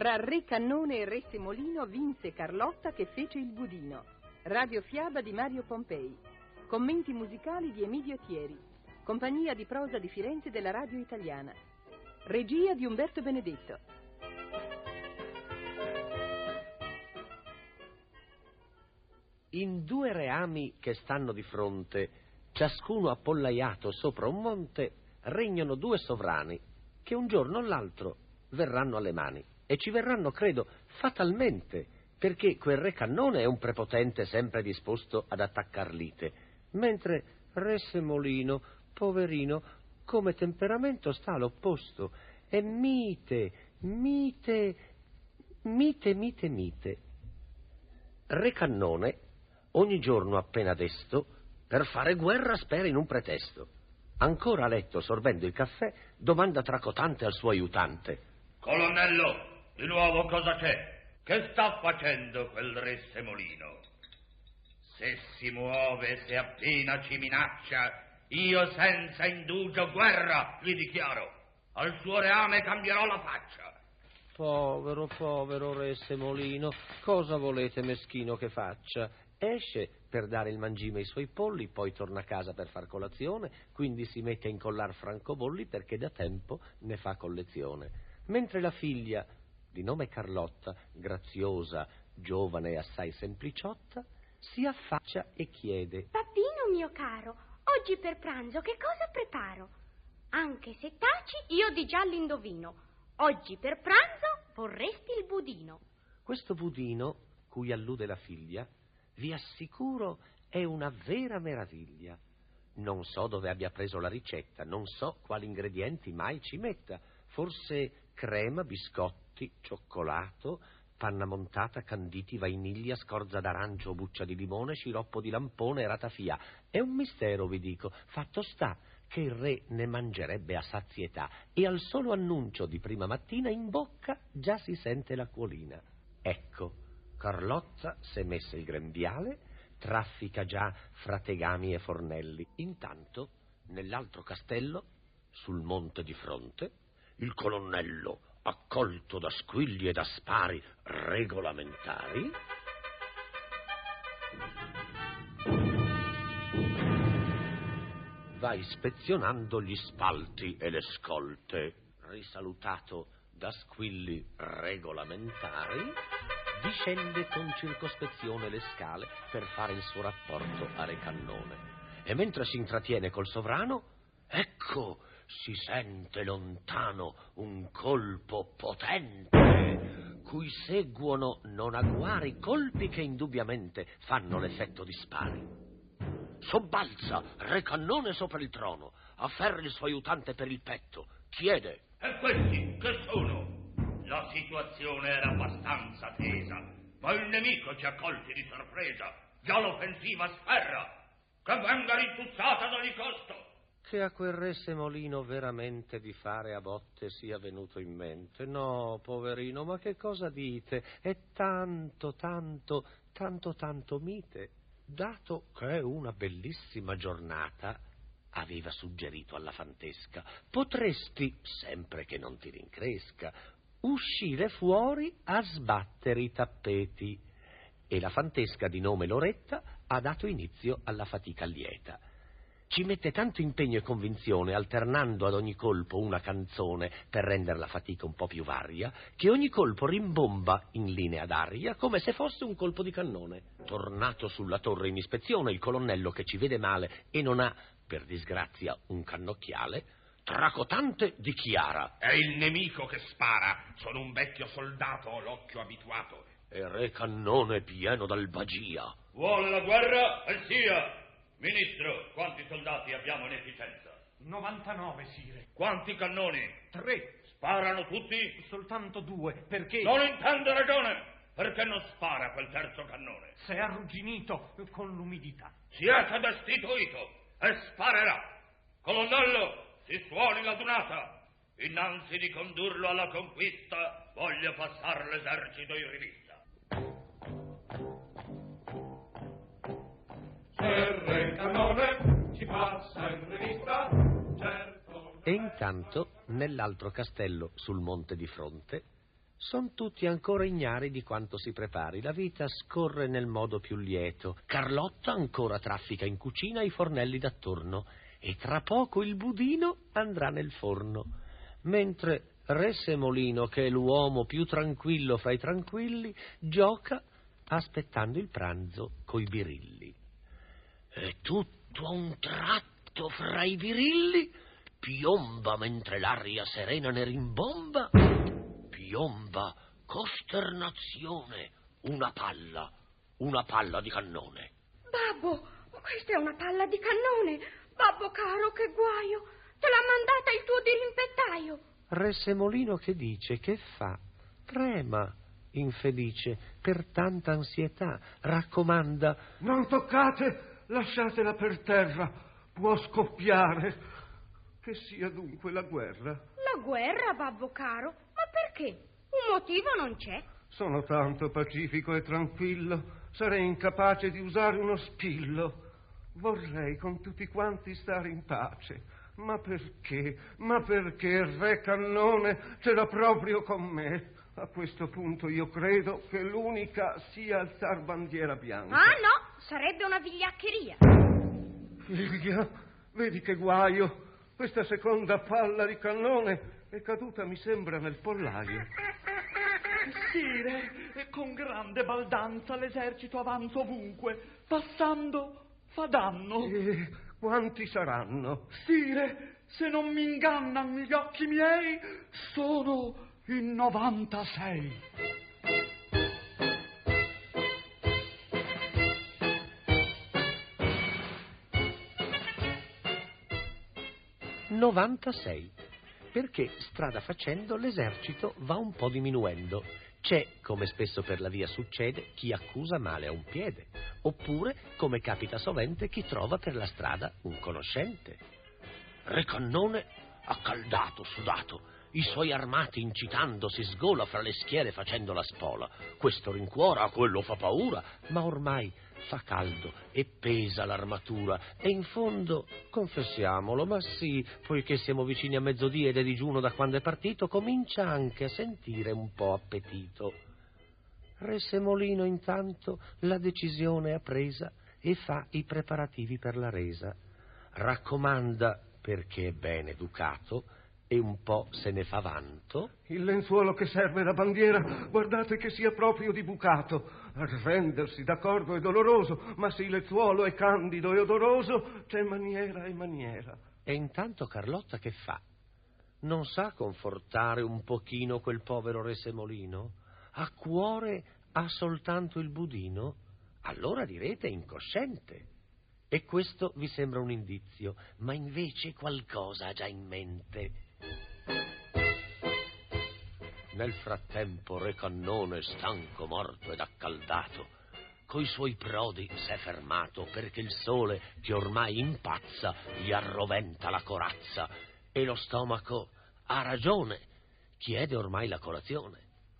Fra Re Cannone e Re Semolino vinse Carlotta che fece il budino. Radiofiaba di Mario Pompei. Commenti musicali di Emilio Thieri. Compagnia di prosa di Firenze della Radio Italiana. Regia di Umberto Benedetto. In due reami che stanno di fronte, ciascuno appollaiato sopra un monte, regnano due sovrani che un giorno o l'altro verranno alle mani. E ci verranno, credo, fatalmente, perché quel Re Cannone è un prepotente sempre disposto ad attaccar lite, mentre Re Semolino, poverino, come temperamento sta all'opposto, è mite. Re Cannone, ogni giorno appena desto, per fare guerra spera in un pretesto. Ancora a letto, sorbendo il caffè, domanda tracotante al suo aiutante: Colonnello, di nuovo cosa c'è? Che sta facendo quel Re Semolino? Se si muove, se appena ci minaccia, io senza indugio guerra gli dichiaro. Al suo reame cambierò la faccia. Povero Re Semolino, cosa volete meschino che faccia? Esce per dare il mangime ai suoi polli, poi torna a casa per far colazione, quindi si mette a incollar francobolli perché da tempo ne fa collezione. Mentre la figlia, di nome Carlotta, graziosa, giovane e assai sempliciotta, si affaccia e chiede: Pappino mio caro, oggi per pranzo che cosa preparo? Anche se taci, io di già l'indovino. Oggi per pranzo vorresti il budino. Questo budino, cui allude la figlia, vi assicuro è una vera meraviglia. Non so dove abbia preso la ricetta, non so quali ingredienti mai ci metta. Forse crema, biscotti, cioccolato, panna montata, canditi, vainiglia, scorza d'arancio, buccia di limone, sciroppo di lampone e ratafia. È un mistero, vi dico. Fatto sta che il re ne mangerebbe a sazietà e al solo annuncio di prima mattina in bocca già si sente l'acquolina. Ecco, Carlotta s'è messa il grembiale, traffica già fra tegami e fornelli. Intanto, nell'altro castello, sul monte di fronte, il colonnello, accolto da squilli e da spari regolamentari, va ispezionando gli spalti e le scolte. Risalutato da squilli regolamentari, discende con circospezione le scale per fare il suo rapporto a Re Cannone. E mentre si intrattiene col sovrano, ecco, si sente lontano un colpo potente, cui seguono non agguari colpi che indubbiamente fanno l'effetto di spari. Sobbalza Re Cannone sopra il trono, afferra il suo aiutante per il petto, chiede: E questi che sono? La situazione era abbastanza tesa, ma il nemico ci ha colti di sorpresa. Già l'offensiva sferra, che venga rintuzzata ad ogni costo. Che a quel Re Semolino veramente di fare a botte sia venuto in mente. No, poverino, ma che cosa dite? È tanto mite. Dato che è una bellissima giornata, aveva suggerito alla fantesca, potresti, sempre che non ti rincresca, uscire fuori a sbattere i tappeti. E la fantesca di nome Loretta ha dato inizio alla fatica lieta. Ci mette tanto impegno e convinzione, alternando ad ogni colpo una canzone per rendere la fatica un po' più varia, che ogni colpo rimbomba in linea d'aria come se fosse un colpo di cannone. Tornato sulla torre in ispezione, il colonnello, che ci vede male e non ha, per disgrazia, un cannocchiale, tracotante dichiara: È il nemico che spara. Sono un vecchio soldato, ho l'occhio abituato. E Re Cannone pieno d'albagia: Vuole la guerra? E sia! Ministro, quanti soldati abbiamo in efficienza? 99, sire. Quanti cannoni? 3. Sparano tutti? Soltanto 2, perché... Non intendo ragione! Perché non spara quel terzo cannone? S'è arrugginito con l'umidità. Siete destituito e sparerà. Colonnello, si suoni l'adunata. Innanzi di condurlo alla conquista, voglio passare l'esercito in rivista. Re Cannone ci passa in rivista, certo. E intanto, nell'altro castello sul monte di fronte, Son tutti ancora ignari di quanto si prepari. La vita scorre nel modo più lieto. Carlotta ancora traffica in cucina i fornelli d'attorno e tra poco il budino andrà nel forno. Mentre Re Semolino, che è l'uomo più tranquillo fra i tranquilli, gioca aspettando il pranzo coi birilli. E tutto a un tratto fra i birilli piomba, mentre l'aria serena ne rimbomba, piomba costernazione una palla di cannone. Babbo, questa è una palla di cannone. Babbo caro, che guaio. Te l'ha mandata il tuo dirimpettaio. Re Semolino che dice, che fa? Trema, infelice, per tanta ansietà, raccomanda: Non toccate, lasciatela per terra, può scoppiare. Che sia dunque la guerra? La guerra, babbo caro? Ma perché? Un motivo non c'è. Sono tanto pacifico e tranquillo, sarei incapace di usare uno spillo. Vorrei con tutti quanti stare in pace. Ma perché? Ma perché il re Cannone ce l'ha proprio con me? A questo punto io credo che l'unica sia alzar bandiera bianca. Ah no, sarebbe una vigliaccheria. Figlia, vedi che guaio. Questa seconda palla di cannone è caduta, mi sembra, nel pollaio. Sire, con grande baldanza l'esercito avanza ovunque, passando fa danno. E quanti saranno? Sire, se non mi ingannano gli occhi miei, sono in 96. Perché strada facendo l'esercito va un po' diminuendo. C'è, come spesso per la via succede, chi accusa male a un piede, oppure, come capita sovente, chi trova per la strada un conoscente. Re Cannone, accaldato, sudato, i suoi armati incitando si sgola fra le schiere facendo la spola. Questo rincuora, quello fa paura, ma ormai fa caldo e pesa l'armatura e in fondo, confessiamolo, ma sì, poiché siamo vicini a mezzodia ed è digiuno da quando è partito, comincia anche a sentire un po' appetito. Re Semolino intanto la decisione ha presa e fa i preparativi per la resa. Raccomanda, perché è ben educato e un po' se ne fa vanto. Il lenzuolo che serve da bandiera, guardate che sia proprio di bucato. Arrendersi, d'accordo, è doloroso, ma se il lenzuolo è candido e odoroso, c'è maniera e maniera. E intanto Carlotta che fa? Non sa confortare un pochino quel povero Re Semolino? A cuore ha soltanto il budino? Allora direte è incosciente. E questo vi sembra un indizio, ma invece qualcosa ha già in mente. Nel frattempo Re Cannone, stanco, morto ed accaldato, coi suoi prodi s'è fermato, perché il sole, che ormai impazza, gli arroventa la corazza, e lo stomaco ha ragione, chiede ormai la colazione.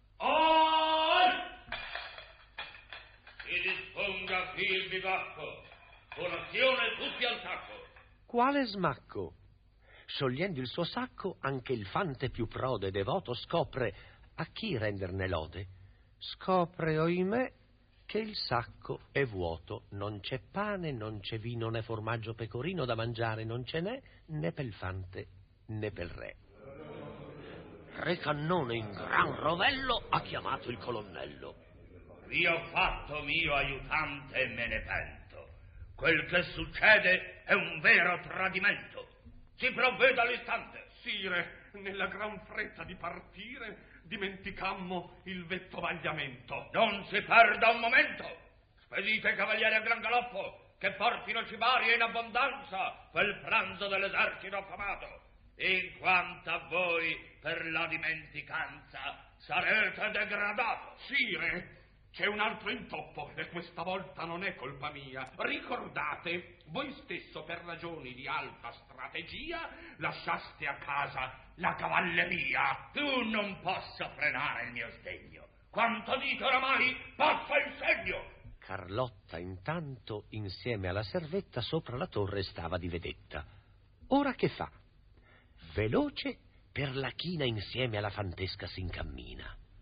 Si disponga qui il bivacco, colazione tutti al sacco. Quale smacco? Sciogliendo il suo sacco, anche il fante più prode e devoto scopre a chi renderne lode. Scopre, oimè, che il sacco è vuoto, non c'è pane, non c'è vino né formaggio pecorino da mangiare, non ce n'è né pel fante né pel re. Re Cannone in gran rovello ha chiamato il colonnello. Vi ho fatto mio aiutante e me ne pento. Quel che succede è un vero tradimento. Si provveda all'istante. Sire, nella gran fretta di partire dimenticammo il vettovagliamento. Non si perda un momento. Spedite cavalieri a gran galoppo che portino cibarie in abbondanza quel pranzo dell'esercito affamato. In quanto a voi per la dimenticanza sarete degradato. Sire, c'è un altro intoppo e questa volta non è colpa mia. Ricordate, voi stesso per ragioni di alta strategia lasciaste a casa la cavalleria. Tu non possa frenare il mio sdegno. Quanto dite oramai passa il segno. Carlotta intanto insieme alla servetta sopra la torre stava di vedetta. Ora che fa? Veloce per la china insieme alla fantesca s'incammina.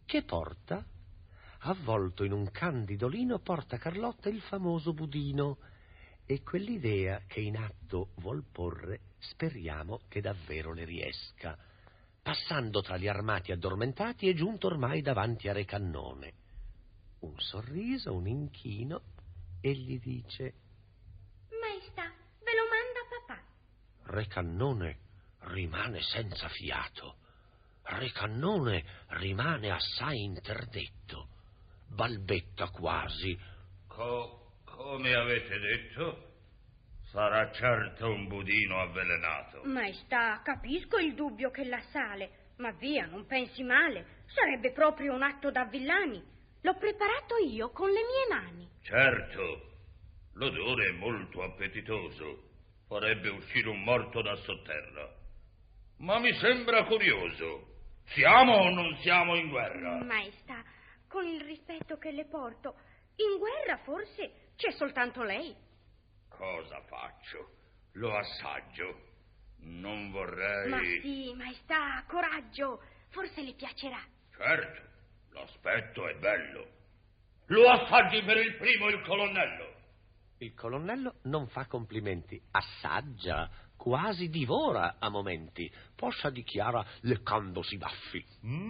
Che porta? Avvolto in un candido lino porta Carlotta il famoso budino, e quell'idea che in atto vuol porre speriamo che davvero le riesca. Passando tra gli armati addormentati è giunto ormai davanti a Re Cannone. Un sorriso, un inchino, e gli dice: Maestà, ve lo manda papà. Re Cannone rimane senza fiato. Re Cannone rimane assai interdetto. Balbetta quasi: come avete detto? Sarà certo un budino avvelenato. Maestà, capisco il dubbio che l'assale, ma via, non pensi male. Sarebbe proprio un atto da villani. L'ho preparato io con le mie mani. Certo, l'odore è molto appetitoso. Farebbe uscire un morto da sotterra. Ma mi sembra curioso. Siamo o non siamo in guerra? Maestà, con il rispetto che le porto, in guerra forse c'è soltanto lei. Cosa faccio? Lo assaggio. Non vorrei... Ma sì, maestà, coraggio. Forse le piacerà. Certo, l'aspetto è bello. Lo assaggi per il primo il colonnello. Il colonnello non fa complimenti, assaggia, quasi divora a momenti, poscia dichiara leccandosi i baffi.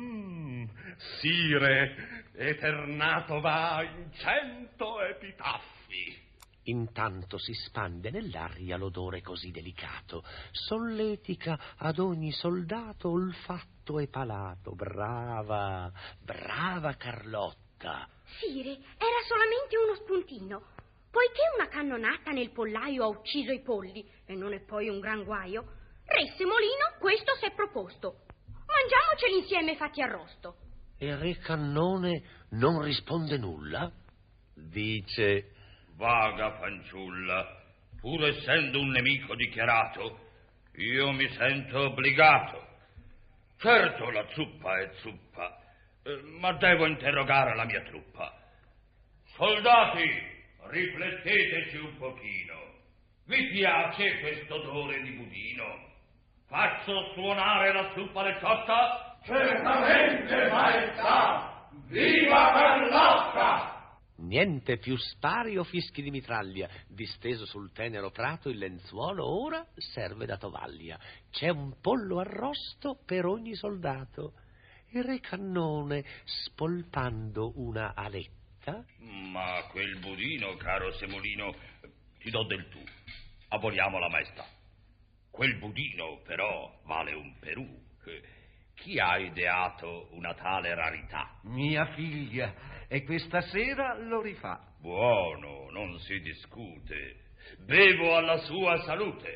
Sire, eternato va in 100 epitaffi. Intanto si spande nell'aria l'odore così delicato, solletica ad ogni soldato olfatto e palato. Brava, brava Carlotta. Sire, era solamente uno spuntino. Poiché una cannonata nel pollaio ha ucciso i polli, e non è poi un gran guaio, Re Semolino questo s'è proposto. Mangiamoceli insieme fatti arrosto. E Re Cannone non risponde nulla? Dice: Vaga fanciulla, pur essendo un nemico dichiarato, io mi sento obbligato. Certo la zuppa è zuppa, ma devo interrogare la mia truppa. Soldati, rifletteteci un pochino. Vi piace quest'odore di budino? Faccio suonare la zuppa leccotta? Certamente, maestà! Viva Carlotta! Niente più spari o fischi di mitraglia. Disteso sul tenero prato il lenzuolo ora serve da tovaglia. C'è un pollo arrosto per ogni soldato. Il Re Cannone, spolpando una aletta: Ma quel budino, caro Semolino, ti do del tu. Aboliamo la maestà. Quel budino, però, vale un Perù. Chi ha ideato una tale rarità? Mia figlia, e questa sera lo rifà. Buono, non si discute. Bevo alla sua salute.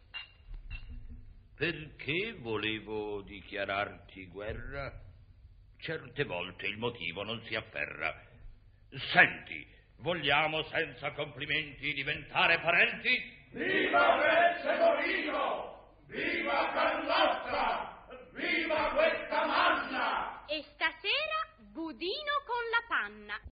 Perché volevo dichiararti guerra? Certe volte il motivo non si afferra. Senti, vogliamo senza complimenti diventare parenti? Viva Re Semolino! Viva Carlotta! Viva questa manna! E stasera budino con la panna.